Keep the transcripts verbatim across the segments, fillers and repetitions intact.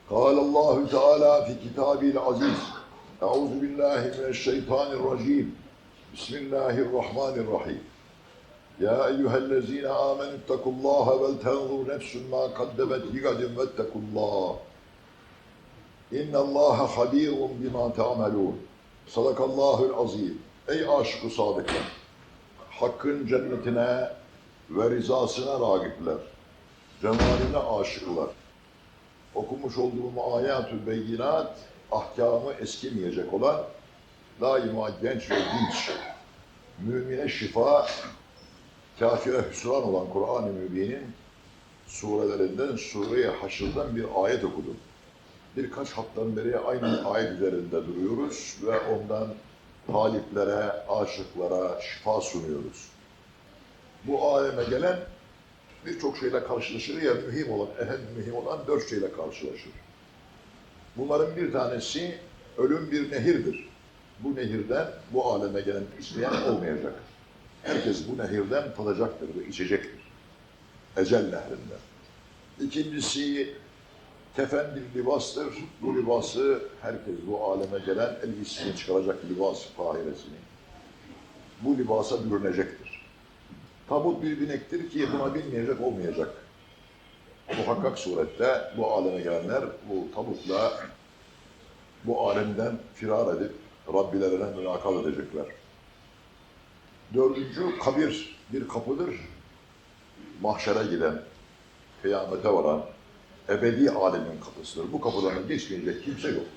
قال الله تعالى في كتابه العزيز أعوذ بالله من الشيطان الرجيم بسم الله الرحمن الرحيم يا أيها الذين آمنوا اتقوا الله ولتنظر نفس ما قدمت لغد واتقوا الله إن الله خبير بما تعملون Sadakallahul azim. Ey aşık-ı sadıklar! Hakkın cennetine ve rızasına rağipler, cemaline aşıklar. Okumuş olduğum ayat-ı beyinat, ahkamı eskimeyecek olan, daima genç ve dinç, mümine şifa, kafire hüsran olan Kur'an-ı Mübin'in surelerinden, Sure-i Haşr'dan bir ayet okudum. Birkaç haftadan beri aynı ayet üzerinde duruyoruz ve ondan taliplere, aşıklara şifa sunuyoruz. Bu aleme gelen birçok şeyle karşılaşır ya mühim olan, ehem mühim olan dört şeyle karşılaşır. Bunların bir tanesi ölüm bir nehirdir. Bu nehirden bu aleme gelen isteyen olmayacak. Herkes bu nehirden tadacaktır ve içecektir. Ecel nehrinden. İkincisi kefen bir libastır. Bu libası herkes bu aleme gelen elbisini çıkaracak libas-ı tahiresini. Bu libasa bürünecektir. Tabut bir binektir ki buna binmeyecek olmayacak. Muhakkak surette bu aleme gelenler bu tabutla bu alemden firar edip Rabbilerine mülakat edecekler. Dördüncü kabir bir kapıdır. Mahşere giden, kıyamete varan, ebedi alemin kapısıdır. Bu kapıdan geçmeyecek kimse yok.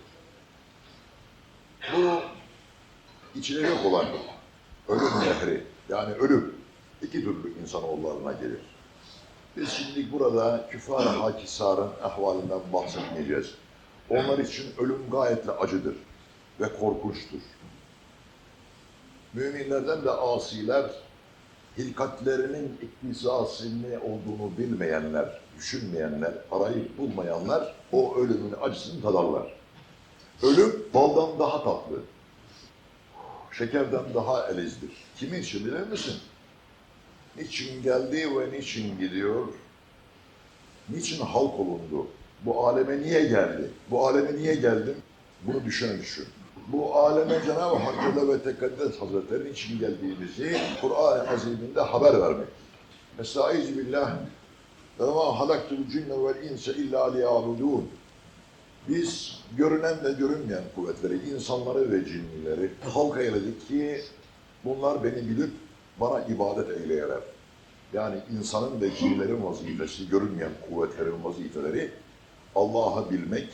Bu içine yok olan ölüm nehri, yani ölüm iki türlü insanoğullarına gelir. Biz şimdi burada küffar-ı hakisarın ahvalinden bahsetmeyeceğiz. Onlar için ölüm gayetle acıdır ve korkunçtur. Müminlerden de asiler, hilkatlerinin iktisası ne olduğunu bilmeyenler, düşünmeyenler, arayıp bulmayanlar o ölümün acısını tadarlar. Ölüm baldan daha tatlı, şekerden daha elizdir. Kimin için bilir misin? Niçin geldi ve niçin gidiyor? Niçin halk olundu? Bu aleme niye geldi? Bu aleme niye geldim? Bunu düşünün düşün. Bu aleme Cenab-ı Hak Celle ve Tekaddes Hazretleri için geldiğimizi Kur'an-ı Azim'inde haber vermek. Estaizu billah ve ma halaktul cinne vel insa illa liya'budun. Biz görünen ve görünmeyen kuvvetleri, insanları ve cinlileri halka eyledik ki bunlar beni bilip bana ibadet eyleyeler. Yani insanın ve cinlerin vazifesi, görünmeyen kuvvetlerin vazifeleri Allah'ı bilmek,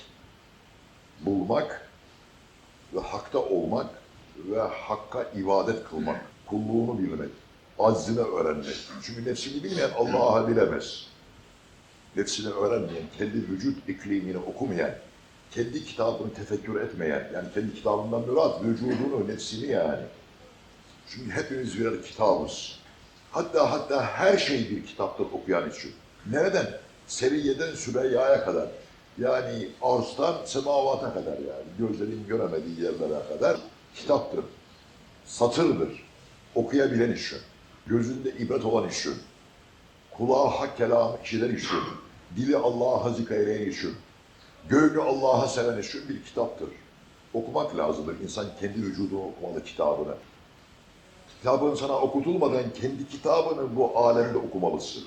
bulmak ve hakta olmak ve hakka ibadet kılmak, kulluğunu bilmek, aczini öğrenmek. Çünkü nefsini bilmeyen Allah'ı bilemez. Nefsini öğrenmeyen, kendi vücut iklimini okumayan, kendi kitabını tefekkür etmeyen, yani kendi kitabından mürat, vücudunu, nefsini yani. Çünkü hepimiz birer kitabız. Hatta hatta her şey bir kitaptır okuyan için. Nereden? Seriyeden Süreyya'ya kadar. Yani arzdan semavata kadar yani. Gözlerin göremediği yerlere kadar kitaptır. Satırdır. Okuyabilen işin. Gözünde ibret olan işin. Kulağı hak kelamı işiten işin. Dili Allah'a zikreyen işin. Gönlü Allah'a seven işin bir kitaptır. Okumak lazımdır. İnsan kendi vücudunu okumalı, kitabını. Kitabın sana okutulmadan kendi kitabını bu alemde okumalısın.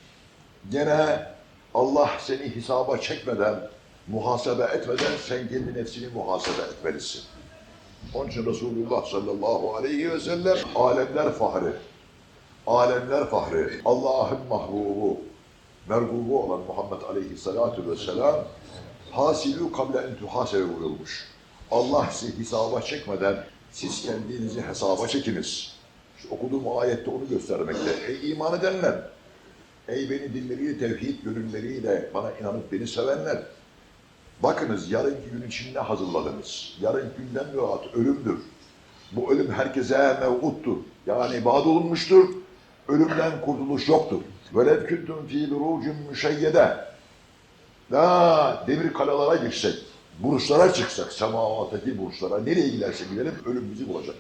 Gene Allah seni hesaba çekmeden, muhasebe etmeden sen kendi nefsini muhasebe etmelisin. Onun için Resulullah sallallahu aleyhi ve sellem alemler fahri, alemler fahri, Allah'ın mahbubu, mergubu olan Muhammed aleyhissalatu vesselam hasilu kable en tuhasebe buyurmuş. Allah sizi hesaba çekmeden siz kendinizi hesaba çekiniz. İşte okuduğum ayette onu göstermekte. Ey iman edenler! Ey beni dilleriyle, tevhid gönülleriyle bana inanıp beni sevenler! Bakınız yarınki gün için ne hazırladınız? Yarın günden mürat ölümdür. Bu ölüm herkese mev'uttur. Yani vaad olunmuştur. Ölümden kurtuluş yoktur. وَلَوْ كُنْتُمْ ف۪ي بُرُوجٍ مُشَيَّدَةٍ Daha demir kalalara girsek, burçlara çıksak, semavattaki burçlara, nereye gidersek gidelim ölüm bizi bulacaktır.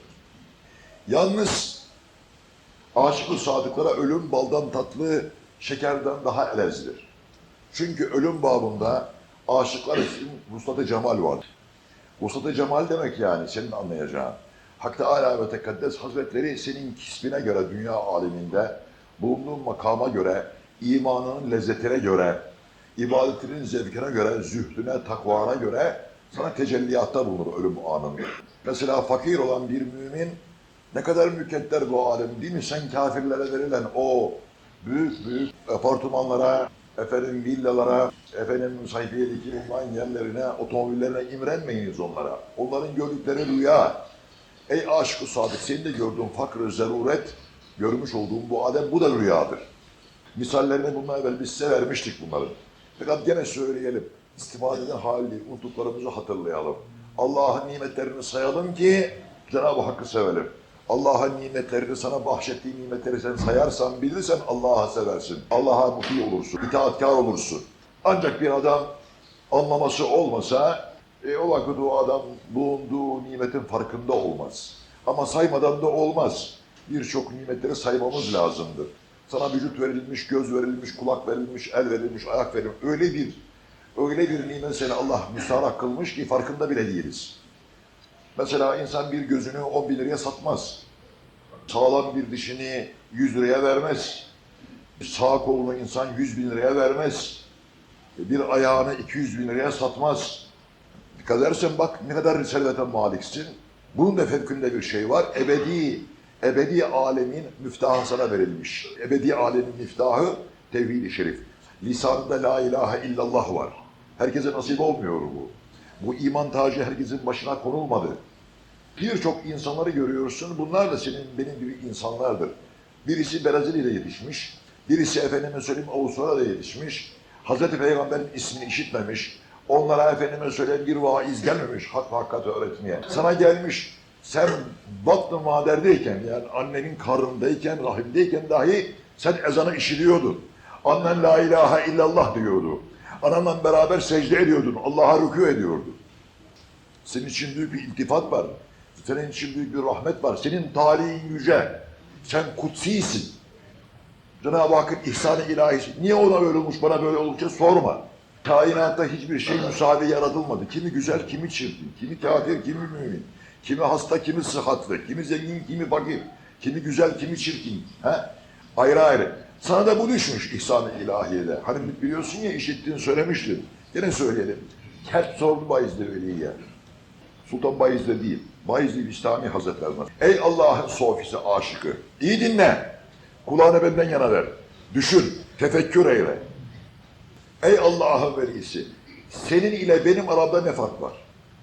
Yalnız aşık-ı sadıklara ölüm baldan tatlı, şekerden daha elezdir. Çünkü ölüm babında Aşıklar için vuslat-ı cemal vardır. Vuslat-ı cemal demek yani senin anlayacağın. Hak Teâlâ ve Tekaddes Hazretleri senin kisbine göre dünya aleminde, bulunduğun makama göre, imanının lezzetine göre, ibadetinin zevkine göre, zühdüne, takvana göre sana tecelliyatta bulunur ölüm anında. Mesela fakir olan bir mümin ne kadar mükedder bu alem değil mi? Sen kafirlere verilen o büyük büyük apartmanlara, efendim villalara, efendim sayfiyedeki bulunan yerlerine, otomobillerine imrenmeyiniz onlara. Onların gördükleri rüya. Ey aşk-ı sadık, senin de gördüğün fakr-ı zaruret, görmüş olduğun bu alem, bu da rüyadır. Misallerini bundan evvel biz size vermiştik bunların. Fakat gene söyleyelim, istifadeden hal değil, unuttuklarımızı hatırlayalım. Allah'ın nimetlerini sayalım ki Cenab-ı Hakk'ı sevelim. Allah'ın nimetlerini, sana bahşettiği nimetleri sen sayarsan, bilirsen Allah'a seversin. Allah'a muti olursun, itaatkar olursun. Ancak bir adam anlaması olmasa, e, o vakit o adam bulunduğu nimetin farkında olmaz. Ama saymadan da olmaz. Birçok nimetleri saymamız lazımdır. Sana vücut verilmiş, göz verilmiş, kulak verilmiş, el verilmiş, ayak verilmiş. Öyle bir, öyle bir nimet seni Allah müstahak kılmış ki farkında bile değiliz. Mesela insan bir gözünü on bin liraya satmaz. Sağlam bir dişini yüz liraya vermez. Sağ kolunu insan yüz bin liraya vermez. Bir ayağını iki yüz bin liraya satmaz. Dikkat edersen bak ne kadar servete maliksin. Bunun da fevkinde bir şey var. Ebedi, ebedi alemin müftahı sana verilmiş. Ebedi alemin müftahı tevhid-i şerif. Lisanında la ilahe illallah var. Herkese nasip olmuyor bu. Bu iman tacı herkesin başına konulmadı. Birçok insanları görüyorsun, bunlar da senin, benim gibi insanlardır. Birisi Brezilya'da yetişmiş, birisi efendime söyleyeyim Avustralya'da yetişmiş, Hazreti Peygamber'in ismini işitmemiş, onlara efendime söyleyeyim bir vaiz gelmemiş hak ve hakikati öğretmeye. Sana gelmiş, sen batn-ı maderdeyken, yani annenin karnındayken, rahimdeyken dahi sen ezanı işitiyordun. Annen la ilahe illallah diyordu. Ananla beraber secde ediyordun, Allah'a rükû ediyordun. Senin için büyük bir iltifat var. Senin için büyük bir rahmet var. Senin talihin yüce. Sen kutsisin. Cenab-ı Hakk'ın ihsan-ı ilahisi. Niye ona öyle olmuş, bana böyle olunca sorma. Kainatta hiçbir şey müsaade yaratılmadı. Kimi güzel, kimi çirkin. Kimi kafir, kimi mümin. Kimi hasta, kimi sıhhatli. Kimi zengin, kimi fakir. Kimi güzel, kimi çirkin. He? Ayrı ayrı. Sana da bu düşmüş ihsan-ı ilahiyede. Hani biliyorsun ya, işittin, söylemiştin. Yine söyleyelim. Hep sordu Bayezid Veli'ye. Sultan Bayezid değil. Bayezid Bistami Hazretleri'nden. Ey Allah'ın sofisi aşıkı. İyi dinle. Kulağını benden yana ver. Düşün. Tefekkür eyle. Ey Allah'ın velisi. Senin ile benim aramda ne fark var?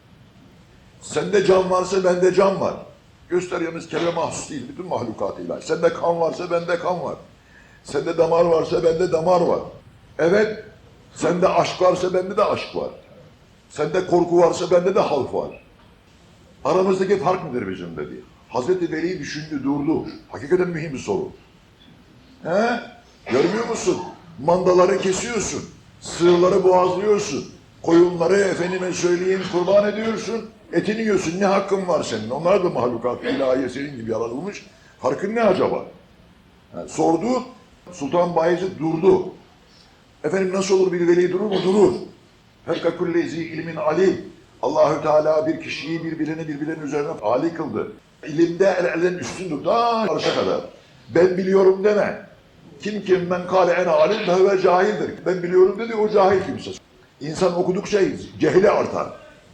Sende can varsa bende can var. Gösteriyoruz kelime mahsus değil. Bütün mahlukatıyla. Sende kan varsa bende kan var. Sende damar varsa bende damar var. Evet. Sende aşk varsa bende de aşk var. Sende korku varsa bende de havf var. Aramızdaki fark nedir bizim dedi. Hazreti Veli düşündü, durdu. Hakikaten mühim bir soru. He? Görmüyor musun? Mandaları kesiyorsun. Sığırları boğazlıyorsun. Koyunları efendime söyleyeyim kurban ediyorsun. Etini yiyorsun. Ne hakkın var senin? Onlar da mahlukat ilahiye senin gibi yaratılmış. Farkın ne acaba? Yani sordu. Sultan Bayezid durdu. Efendim nasıl olur bir veli durur mu? Durur. Fevka kullezi ilmin alim. Allahü Teala bir kişiyi birbirine birbirinin üzerine âli kıldı. İlimde el elden üstündür. Daha arşa kadar. Ben biliyorum deme. Kim kim men kâle en alim ve cahildir. Ben biliyorum dedi, o cahil kimse. İnsan okudukça cehli artar.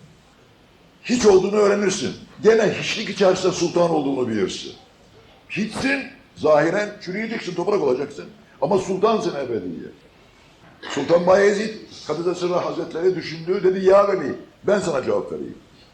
Hiç olduğunu öğrenirsin. Gene hiçlik içerisinde sultan olduğunu bilirsin. Hiçsin, zahiren çürüyeceksin, toprak olacaksın. Ama sultansın ebediye. Sultan Bayezid, Kadıda Sırrı Hazretleri düşündü, dedi ya Veli, ben sana cevap vereyim.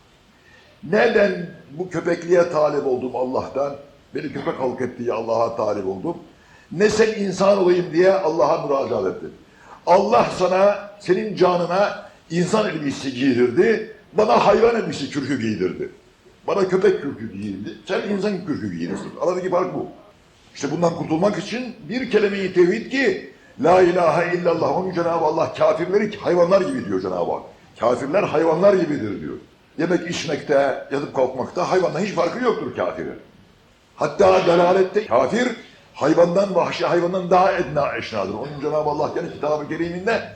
Neden bu köpekliğe talip oldum Allah'tan? Beni köpek halk etti diye Allah'a talip oldum. Ne sen insan olayım diye Allah'a müracaat ettim. Allah sana, senin canına insan elbisesi giydirdi, bana hayvan elbisesi kürkü giydirdi. Bana köpek kürkü giydirdi, sen insan kürkü giydirirsin. Aradaki fark bu. İşte bundan kurtulmak için bir kelime-i tevhid ki, la ilahe illallah, onun Cenab-ı Allah kafirleri hayvanlar gibi diyor Cenab-ı Hak. Kafirler hayvanlar gibidir diyor. Yemek içmekte, yatıp kalkmakta hayvanla hiç farkı yoktur kafirin. Hatta delalette kafir hayvandan, vahşi hayvandan daha edna eşnadır. Onun Cenab-ı Allah yani kitab-ı keriminde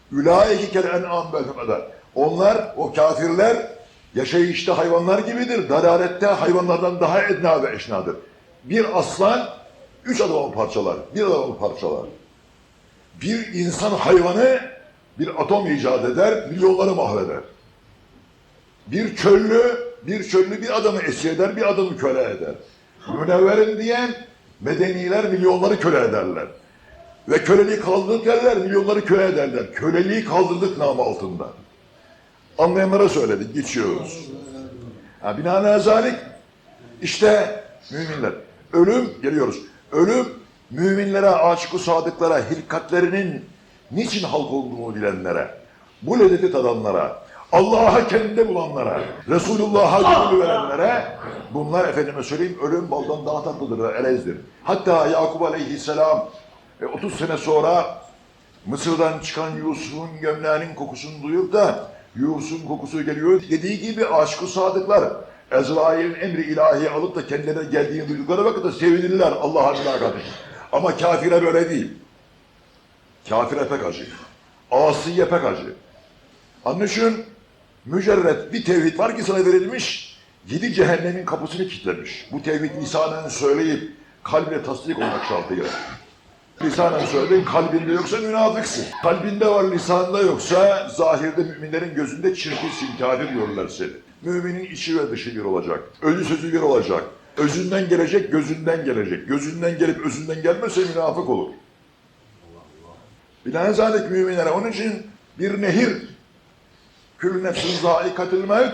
Ulaike kel en'am bel hum edel. Onlar, o kafirler yaşayışta hayvanlar gibidir. Dalalette hayvanlardan daha edna ve eşnadır. Bir aslan üç adamı parçalar, bir adamı parçalar. Bir insan hayvanı bir atom icat eder, milyonları mahveder. Bir çöllü, bir çöllü bir adamı esir eder, bir adamı köle eder. Münevverim diyen medeniler milyonları köle ederler. Ve köleliği kaldırdık derler, milyonları köle ederler. Köleliği kaldırdık namı altında. Anlayanlara söyledik, geçiyoruz. Ha, binaenaleyh işte müminler. Ölüm, geliyoruz. Ölüm, müminlere, aşık-ı sadıklara, hilkatlerinin niçin halk olduğunu bilenlere, bu lezzeti tadanlara, Allah'a kendinde bulanlara, Resulullah'a gönül verenlere, bunlar efendime söyleyeyim, ölüm baldan daha tatlıdır, elezdir. Hatta Yakup Aleyhisselam otuz sene sonra Mısır'dan çıkan Yusuf'un gömleğinin kokusunu duyup da Yusuf'un kokusu geliyor dediği gibi aşk-ı sadıklar Ezrail'in emri ilahi alıp da kendilerine geldiğini duydukları vakitte sevinirler Allah'a mülakat için. Ama kafire böyle değil. Kafire pek acı. Asiye pek acı. Anlaşın mücerret bir tevhid var ki sana verilmiş, yedi cehennemin kapısını kilitlemiş. Bu tevhid lisanen söyleyip kalbine tasdik olmak şartıyla. Lisanen söyledin, kalbinde yoksa münafıksın. Kalbinde var, lisanında yoksa zahirde müminlerin gözünde çirkinsin, kafir diyorlar seni. Müminin içi ve dışı bir olacak. Özü sözü bir olacak. Özünden gelecek, gözünden gelecek. Gözünden gelip özünden gelmezse münafık olur. Bilahizadek müminlere onun için bir nehir. Kül nefsin zâikatil mevt.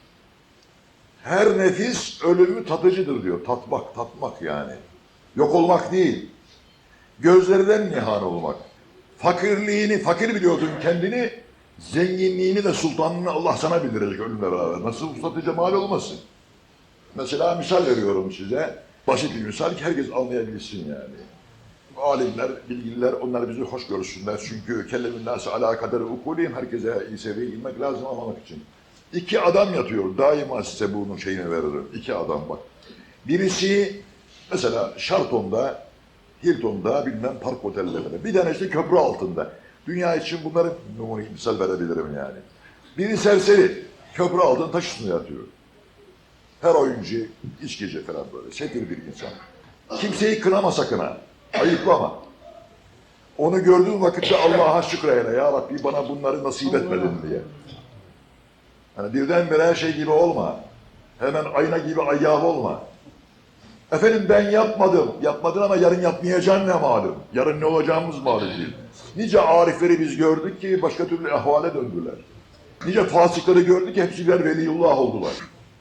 Her nefis ölümü tadıcıdır diyor. Tatmak, tatmak yani. Yok olmak değil. Gözlerden nihan olmak. Fakirliğini, fakir biliyordun kendini, zenginliğini ve sultanlığını Allah sana bildirecek ölümle beraber. Nasıl uslatıcı mal olmasın? Mesela misal veriyorum size. Basit bir misal ki herkes anlayabilsin yani. Alimler, bilgililer onlar bizi hoş görsünler. Çünkü kellemin nâsi alâ kaderi ukulîhim, herkese iyi seviyeye inmek lazım anlamak için. İki adam yatıyor. Daima size bunun şeyini veririm. İki adam bak. Birisi mesela Şarton'da, Hilton'da, bilmem park otellerinde. Bir tanesi de köprü altında. Dünya için bunları misal verebilirim yani. Biri serseri, köprü altında taş üstünde yatıyor. Her oyuncu, içkici falan böyle, sefir bir insan. Kimseyi kınama sakın ha, ayıplama. Onu gördüğün vakitte Allah'a şükreyle, ya Rabbi bana bunları nasip etmedin diye. Yani birdenbire her şey gibi olma. Hemen ayna gibi ayyav olma. Efendim ben yapmadım. Yapmadın ama yarın yapmayacağın ne malum? Yarın ne olacağımız malum değil. Nice arifleri biz gördük ki başka türlü ahvale döndüler. Nice fasıkları gördük ki hepsi birer veliyullah oldular.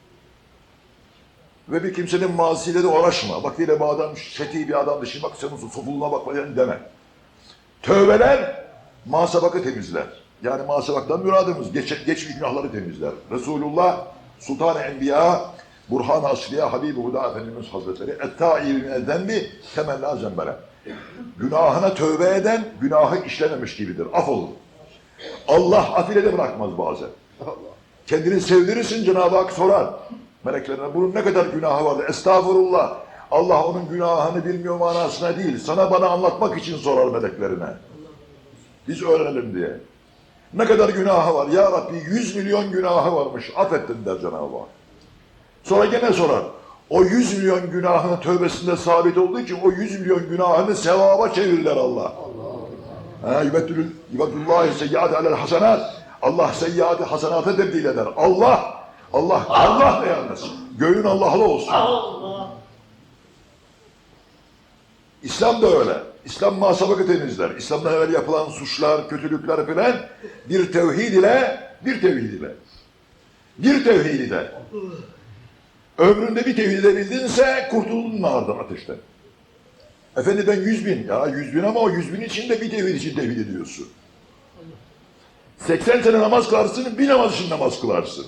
Ve bir kimsenin mazisiyle de uğraşma. Bak yine bu adam şeti bir adam dışı bak senin sofuluğuna bakma yani deme. Tövbeler masabakı temizler. Yani masabaktan müradımız geç, geçmiş günahları temizler. Resulullah Sultan-ı Enbiya Burhan-ı Asliye Habibi Huda Efendimiz Hazretleri et-tâibine zenbi temennâ zembere. Günahına tövbe eden günahı işlememiş gibidir. Af olur. Allah afile de bırakmaz bazen. Kendini sevdirirsin Cenab-ı Hak sorar. Meleklerine bunun ne kadar günahı vardı? Estağfurullah. Allah onun günahını bilmiyor manasına değil. Sana bana anlatmak için sorar meleklerine. Biz öğrenelim diye. Ne kadar günahı var? Ya Rabbi yüz milyon günahı varmış. Affettin der Cenab-ı Hak. Sonra gene sorar. O yüz milyon günahının tövbesinde sabit olduğu için o yüz milyon günahını sevaba çevirirler Allah. Allah. Yübeddüllâhi seyyiâti alel hasenât. Allah seyyiâti hasenâta tebdil eder. Allah, Allah, Allah ne yalnız. Göğün Allah'lı olsun. Allah. İslam da öyle. İslam masabakı temizler. İslam'dan evvel yapılan suçlar, kötülükler filan bir tevhid ile, bir tevhid ile, bir tevhid ile. Ömründe bir tevhid edebildinse kurtuldun nardan, ateşten. Efendim ben yüz bin, ya yüz bin ama o yüz bin içinde bir tevhid için tevhid ediyorsun. seksen sene namaz kılarsın, bir namaz için namaz kılarsın.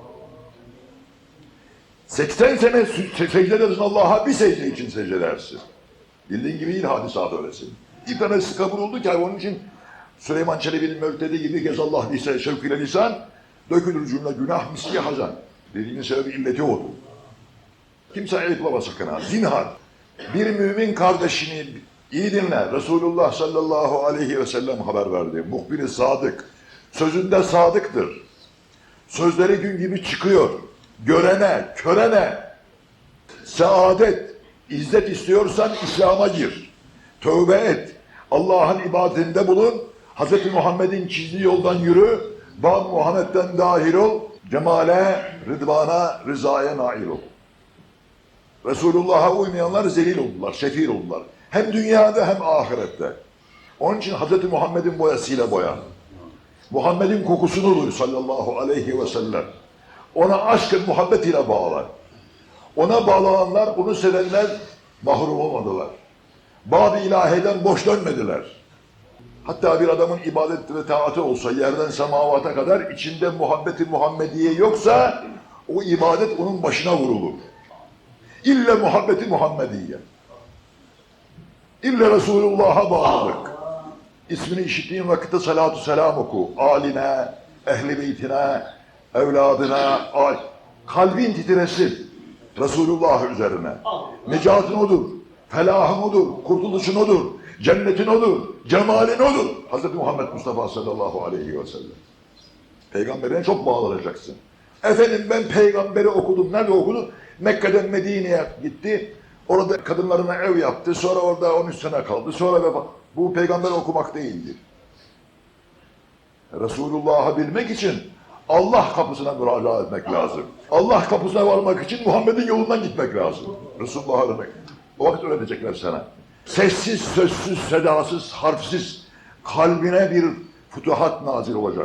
seksen sene secde edersin Allah'a, bir secde için secde edersin. Bildiğin gibi değil hadisat öylesin. Bir tanesi kabul oldu ki onun için Süleyman Çelebi'nin möltedi gibi gezallah lise şevkile lisan dökülür cümle günah misli hazan. Dediğinin sebebi illeti oldu. Kimse ayıplama sakın ha. Zinhar. Bir mümin kardeşini İyi dinle. Resulullah sallallahu aleyhi ve sellem haber verdi. Muhbir-i sadık. Sözünde sadıktır. Sözleri gün gibi çıkıyor. Görene, körene. Saadet, izzet istiyorsan İslam'a gir. Tövbe et. Allah'ın ibadetinde bulun. Hz. Muhammed'in çizdiği yoldan yürü. Bab Muhammed'den dahil ol. Cemale, rıdvana, rızaya nail ol. Resulullah'a uymayanlar zelil oldular, şefir oldular. Hem dünyada hem ahirette. Onun için Hz. Muhammed'in boyasıyla boyan. Muhammed'in kokusunu duy sallallahu aleyhi ve sellem. Ona aşkın muhabbet ile bağlar. Ona bağlananlar, bunu sevenler mahrum olmadılar. Bab-ı ilahiden boş dönmediler. Hatta bir adamın ibadeti ve taatı olsa yerden semavata kadar içinde muhabbeti Muhammediye yoksa o ibadet onun başına vurulur. İlle muhabbeti Muhammediye. İlle Resulullah'a bağlılık. İsmini işittiğin vakitte salatu selam oku. Aline, ehli beytine, evladına, al. Kalbin titresin Resulullah üzerine. Necatın odur, felahın odur, kurtuluşun odur, cennetin odur, cemalin odur. Hz. Muhammed Mustafa sallallahu aleyhi ve sellem. Peygamberine çok bağlanacaksın. Efendim ben peygamberi okudum. Nerede okudu? Mekke'den Medine'ye gitti. Orada kadınlarına ev yaptı. Sonra orada on üç sene kaldı. Sonra vefat. Bu peygamber okumak değildir. Resulullah'ı bilmek için Allah kapısına müracaat etmek lazım. Allah kapısına varmak için Muhammed'in yolundan gitmek lazım. Resulullah'ı demek. O vakit öğretecekler sana. Sessiz, sözsüz, sedasız, harfsiz kalbine bir fütuhat nazil olacak.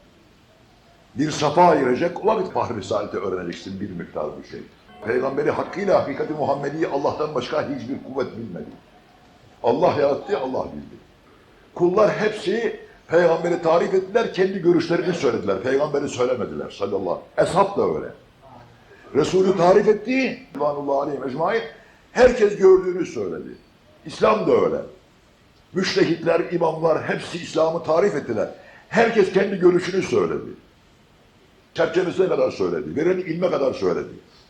Bir safa girecek, o vakit Fahri Risalet'i öğreneceksin bir miktar bir şey. Peygamberi hakkıyla hakikati Muhammedi'yi Allah'tan başka hiçbir kuvvet bilmedi. Allah yarattı, Allah bildi. Kullar hepsi peygamberi tarif ettiler, kendi görüşlerini söylediler. Peygamberi söylemediler sallallahu aleyhi ve sellem. Eshab da öyle. Resulü tarif etti, Allah'u aleyhi ecmaîn, herkes gördüğünü söyledi. İslam da öyle. Müştehitler, imamlar hepsi İslam'ı tarif ettiler. Herkes kendi görüşünü söyledi. Çerçevesine kadar söyledi. Veren ilme kadar söyledi.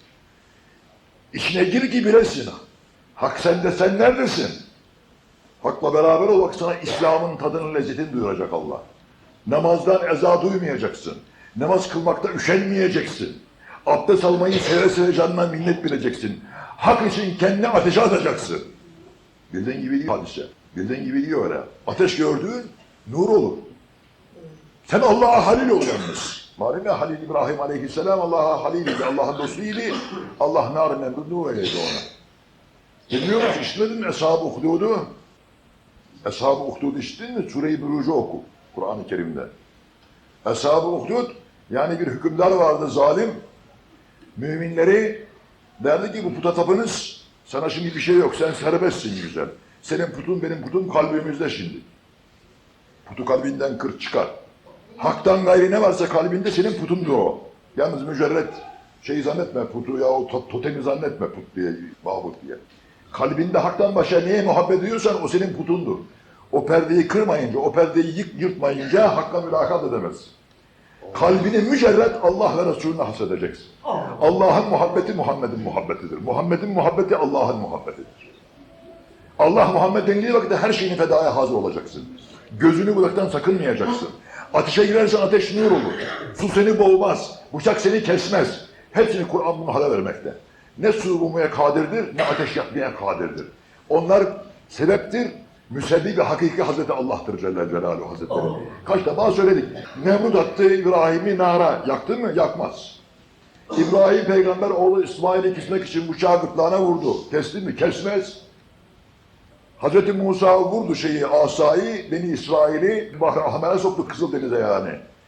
İşine gir ki bilesin. Hak sende, sen neredesin? Hakla beraber ol, bak sana İslam'ın tadının lezzetini duyuracak Allah. Namazdan eza duymayacaksın. Namaz kılmakta üşenmeyeceksin. Abdest almayı seve seve canına minnet bileceksin. Hak için kendini ateşe atacaksın. Bildiğin gibi değil hadise. Bildiğin gibi değil öyle. Ateş gördüğün nur olur. Sen Allah'a halil ol yalnız. Malum ya Halil İbrahim aleyhisselam Allah'a haliliydi, Allah'ın dostuydu. Allah nar-ı memnun eyledi ona. Bilmiyor musun? İşitmedin mi Eshab-ı Uhdud'u? Eshab-ı Uhdud işittin mi? Sure-i Buruc'u oku Kur'an-ı Kerim'de. Eshab-ı Uhdud yani bir hükümdar vardı zalim. Müminleri derdi ki bu puta tapınız, sana şimdi bir şey yok, sen serbestsin güzel. Senin putun benim putum kalbimizde şimdi. Putu kalbinden kır çıkar. Hak'tan gayri ne varsa kalbinde senin putundur o. Yalnız mücerret şeyi zannetme putu ya o to totemi zannetme put diye, mabut diye. Kalbinde haktan başka neye muhabbet ediyorsan o senin putundur. O perdeyi kırmayınca, o perdeyi yık, yırtmayınca Hakk'a mülakat edemez. Kalbini mücerret Allah ve Resulüne hasredeceksin. Allah'ın muhabbeti Muhammed'in muhabbetidir. Muhammed'in muhabbeti Allah'ın muhabbetidir. Allah Muhammed denildiği vakitte her şeyini fedaya hazır olacaksın. Gözünü budaktan sakınmayacaksın. Ateşe girersen ateş nur olur. Su seni boğmaz. Bıçak seni kesmez. Hepsini Kur'an bunu haber vermekte. Ne su bulmaya kadirdir, ne ateş yakmaya kadirdir. Onlar sebeptir, müsebbibi hakiki Hazreti Allah'tır Celle Celaluhu Hazretleri. Oh. Kaç defa söyledik. Nemrut attı İbrahim'i nara. Yaktı mı? Yakmaz. İbrahim peygamber oğlu İsmail'i kesmek için bıçağı gırtlağına vurdu. Kesti mi? Kesmez. Hazreti Musa vurdu şeyi, asayı, Beni İsrail'i Bahri Ahmer'e soktu Kızıldeniz'e yani.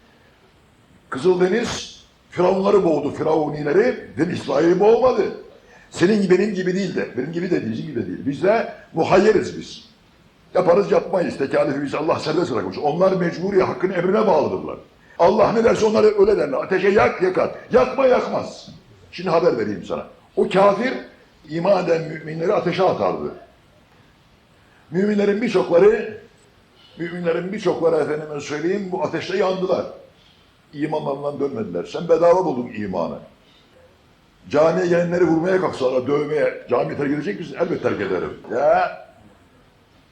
Kızıldeniz Firavunları boğdu, Firavunileri, Beni İsrail'i boğmadı. Senin gibi benim gibi değil de, benim gibi de değil, bizim gibi de değil. Biz de muhayyeriz biz. Yaparız yapmayız, tekalifimiz Allah serbest bırakmış. Onlar mecburi hakkın emrine bağlıdırlar. Allah ne derse onları öyle derler. Ateşe yak, yakar. Yakma, yakmaz. Şimdi haber vereyim sana. O kafir iman eden müminleri ateşe atardı. Müminlerin birçokları, müminlerin birçokları efendime söyleyeyim bu ateşte yandılar. İmanlarından dönmediler. Sen bedava buldun imanı. Camiye gelenleri vurmaya kalksalar, dövmeye, camiye terk edecek misin? Elbette terk ederim. Ya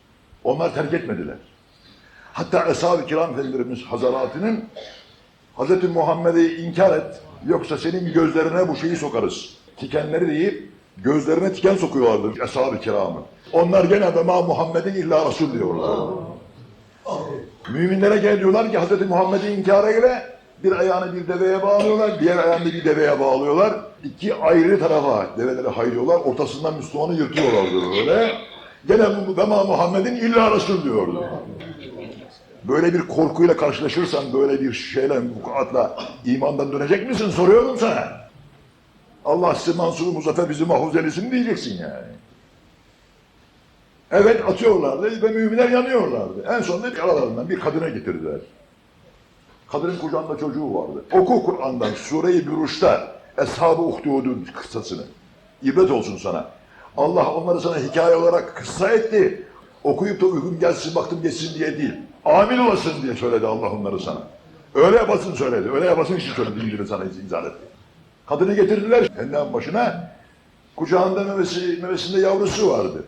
Onlar terk etmediler. Hatta Eshab-ı Kiram Efendilerimiz Hazaratının Hazreti Muhammed'i inkar et, yoksa senin gözlerine bu şeyi sokarız. Tikenleri deyip gözlerine tiken sokuyorlardı Eshab-ı Kiram'ı. Onlar gene de ma Muhammed'in illa Resul diyorlar. Müminlere geliyorlar ki Hazreti Muhammed'i inkara göre bir ayağını bir deveye bağlıyorlar, diğer ayağını bir deveye bağlıyorlar. İki ayrı tarafa develeri haylıyorlar, ortasından Müslümanı yırtıyorlardı böyle. Gene bu ve ma Muhammed'in illa Resul diyordu. Böyle bir korkuyla karşılaşırsan, böyle bir şeyle, vukuatla imandan dönecek misin? Soruyorum sana. Allah sizi Mansur-u Muzaffer bizi mahfuz eylesin diyeceksin yani. Evet, atıyorlardı ve müminler yanıyorlardı. En sonunda bir aralarından bir kadına getirdiler. Kadının kucağında çocuğu vardı. Oku Kur'an'dan Sure-i Büruş'ta Eshab-ı Uhdud'un kıssasını. İbret olsun sana. Allah onları sana hikaye olarak kıssa etti. Okuyup da uygun gelsin, baktım geçsin diye değil. Amin olasın diye söyledi Allah onları sana. Öyle yapasın söyledi. Öyle yapasın için söyledi. İncil'i sana izah etti. Kadını getirdiler elinden başına. Kucağında memesi, memesinde yavrusu vardı.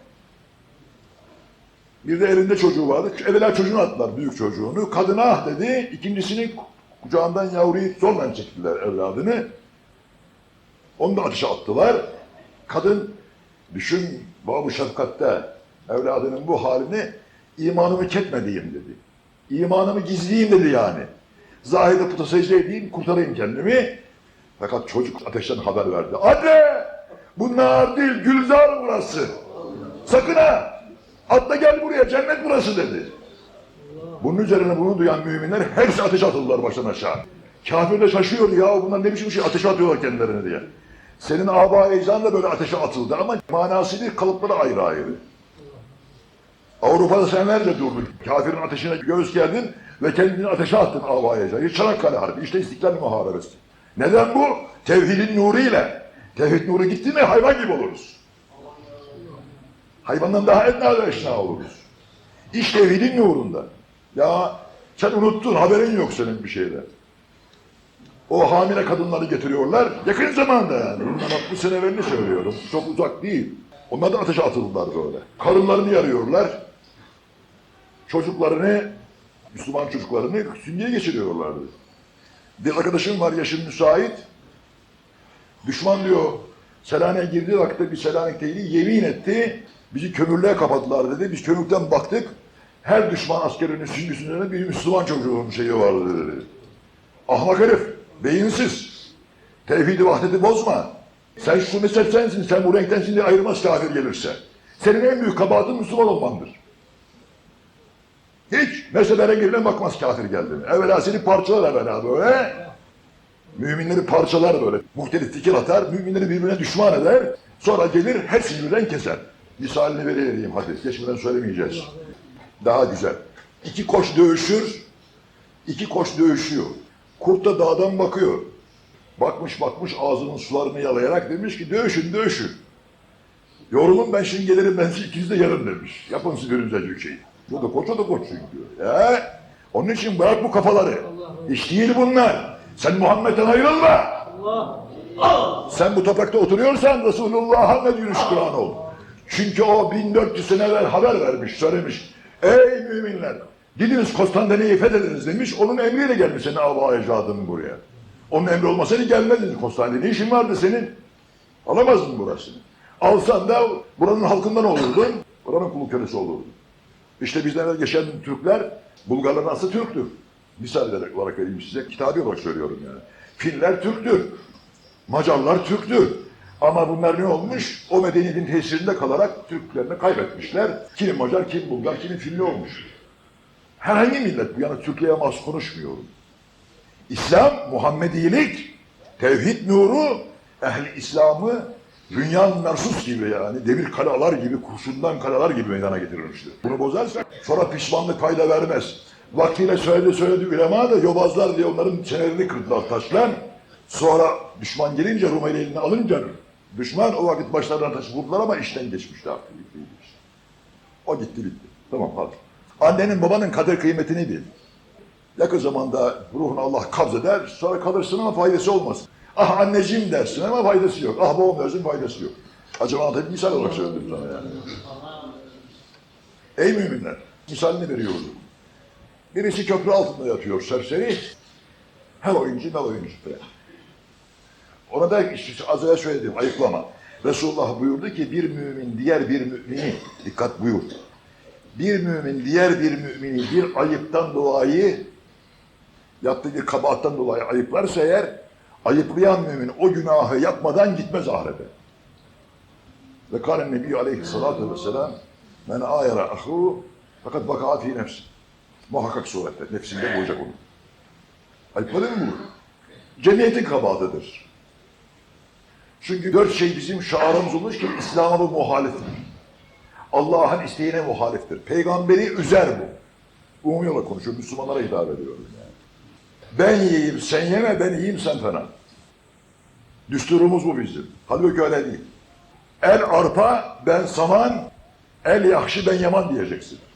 Bir de elinde çocuğu vardı. Evvela çocuğunu attılar, büyük çocuğunu. Kadına ah dedi. İkincisini kucağından yavruyu zorla çektiler evladını. Onu da ateşe attılar. Kadın düşün Bab-ı Şefkat'te evladının bu halini imanımı ketmediğim dedi. İmanımı gizleyeyim dedi yani. Zahide puta secde edeyim, kurtarayım kendimi. Fakat çocuk ateşten haber verdi. Anne! Bu nar değil, gülzar burası. Sakın ha! Atla gel buraya, cennet burası dedi. Bunun üzerine bunu duyan müminler hepsi ateşe atıldılar baştan aşağı. Kafir de şaşıyor ya, bunlar ne biçim şey, ateşe atıyorlar kendilerini diye. Senin âbâ-i ecdadın da böyle ateşe atıldı ama manası değil, kalıpları ayrı ayrı. Avrupa'da senelerce durdun. Kafirin ateşine göğüs geldin ve kendini ateşe attın âbâ-i ecdadın. Çanakkale Harbi, işte İstiklal Muharebesi. Neden bu? Tevhidin nuruyla. Tevhid nuru gitti mi hayvan gibi oluruz. Hayvandan daha etna ve eşna oluruz. İş tevhidin nurunda. Ya sen unuttun, haberin yok senin bir şeyde. O hamile kadınları getiriyorlar, yakın zamanda yani. Bundan altmış sene evvelini söylüyorum, çok uzak değil. Onlar da ateşe atıldılar böyle. Karınlarını yarıyorlar, çocuklarını, Müslüman çocuklarını sünneye geçiriyorlardı. Bir arkadaşım var, yaşın müsait. Düşman diyor, Selanik'e girdiği vakitte bir Selanik'teydi, yemin etti. Bizi kömürlüğe kapattılar dedi. Biz kömürlükten baktık. Her düşman askerinin süngüsünde bir Müslüman çocuğunun şeyi vardı dedi. Ahmak herif, beyinsiz. Tevhid-i vahdeti bozma. Sen şu mezhep sensin, sen bu renktensin diye ayırmaz kafir gelirse. Senin en büyük kabahatin Müslüman olmandır. Hiç mezhebe rengine bakmaz kafir geldiğini. Evvela seni parçalar evvela böyle. Müminleri parçalar böyle. Muhtelif fikir atar, müminleri birbirine düşman eder. Sonra gelir hepsini birden keser. Misalini vereyim hadi. Geçmeden söylemeyeceğiz. Daha güzel. İki koç dövüşür. İki koç dövüşüyor. Kurt da dağdan bakıyor. Bakmış bakmış ağzının sularını yalayarak demiş ki dövüşün dövüşün. Yorulun ben şimdi gelirim ben siz ikiniz de yarın demiş. Yapın siz birbirinize şeyi. Bu da koç o da koç çünkü. Ee, onun için bırak bu kafaları. İş değil bunlar. Sen Muhammed'den ayrılma. Allah. Sen bu toprakta oturuyorsan Resulullah'a ne diyor şükran ol. Çünkü o bin dört yüz sene evvel haber vermiş, söylemiş. Ey müminler, gidiniz Konstantiniyye'yi fethediniz demiş. Onun emriyle gelmiş senin âbâ ecdadın buraya. Onun emri olmasaydı gelmezdin Konstantiniyye. Ne işin vardı senin? Alamazdın burasını. Alsan da buranın halkından olurdun, buranın kulu kölesi olurdun. İşte bizden geçen Türkler, Bulgarların aslı Türktür. Misal olarak vereyim size, kitabi olarak söylüyorum yani. Finler Türktür, Macarlar Türktür. Ama bunlar ne olmuş? O medeniyetin tesirinde kalarak Türklerini kaybetmişler. Kimi Macar, kimi Bulgar, kimi Finli olmuş. Herhangi millet bu, yani Türkiye'ye mahsus konuşmuyorum. İslam, Muhammedilik, tevhid nuru, ehli İslam'ı dünyanın mersus gibi yani demir kalalar gibi, kurşundan kalalar gibi meydana getirilmiştir. Bunu bozarsak sonra pişmanlık fayda vermez. Vaktiyle söyledi söyledi ulema da yobazlar diye onların çenelerini kırdılar taşlar. Sonra düşman gelince Rumeli eline alınca düşman o vakit başlarına taşı vurdular ama işten geçmişti artık. O gitti bitti. Tamam hadi. Annenin babanın kader kıymetini bil. Yakın zamanda ruhunu Allah kabz eder, sonra kalırsın ama faydası olmaz. Ah anneciğim dersin ama faydası yok. Ah babam dersin faydası yok. Acaba anlatayım misal olarak söyledim sana yani. Ey müminler! Misalini veriyorum. Birisi köprü altında yatıyor serseri. Her oyuncu ne oyuncu böyle. Ona da işte az önce söyledim, ayıklama. Resulullah buyurdu ki bir mümin diğer bir mümini, dikkat buyur. Bir mümin diğer bir mümini bir ayıptan dolayı, yaptığı bir kabahattan dolayı ayıplarsa eğer, ayıplayan mümin o günahı yapmadan gitmez ahirete. Ve kâlen Nebi aleyhissalâtu vesselâm men âyara ahu fakat vakâ fî nefsi. Muhakkak surette nefsinde bulacak onu. Ayıpladı mı bu? Cemiyetin kabahatıdır. Çünkü dört şey bizim şaarımız olmuş ki İslam'a bu muhaliftir. Allah'ın isteğine muhaliftir. Peygamberi üzer bu. Umumi olarak konuşuyorum, Müslümanlara hitap ediyorum yani. Ben yiyeyim, sen yeme, ben yiyeyim, sen fena. Düsturumuz bu bizim. Halbuki öyle değil. El arpa, ben saman, el yakşı, ben yaman diyeceksin.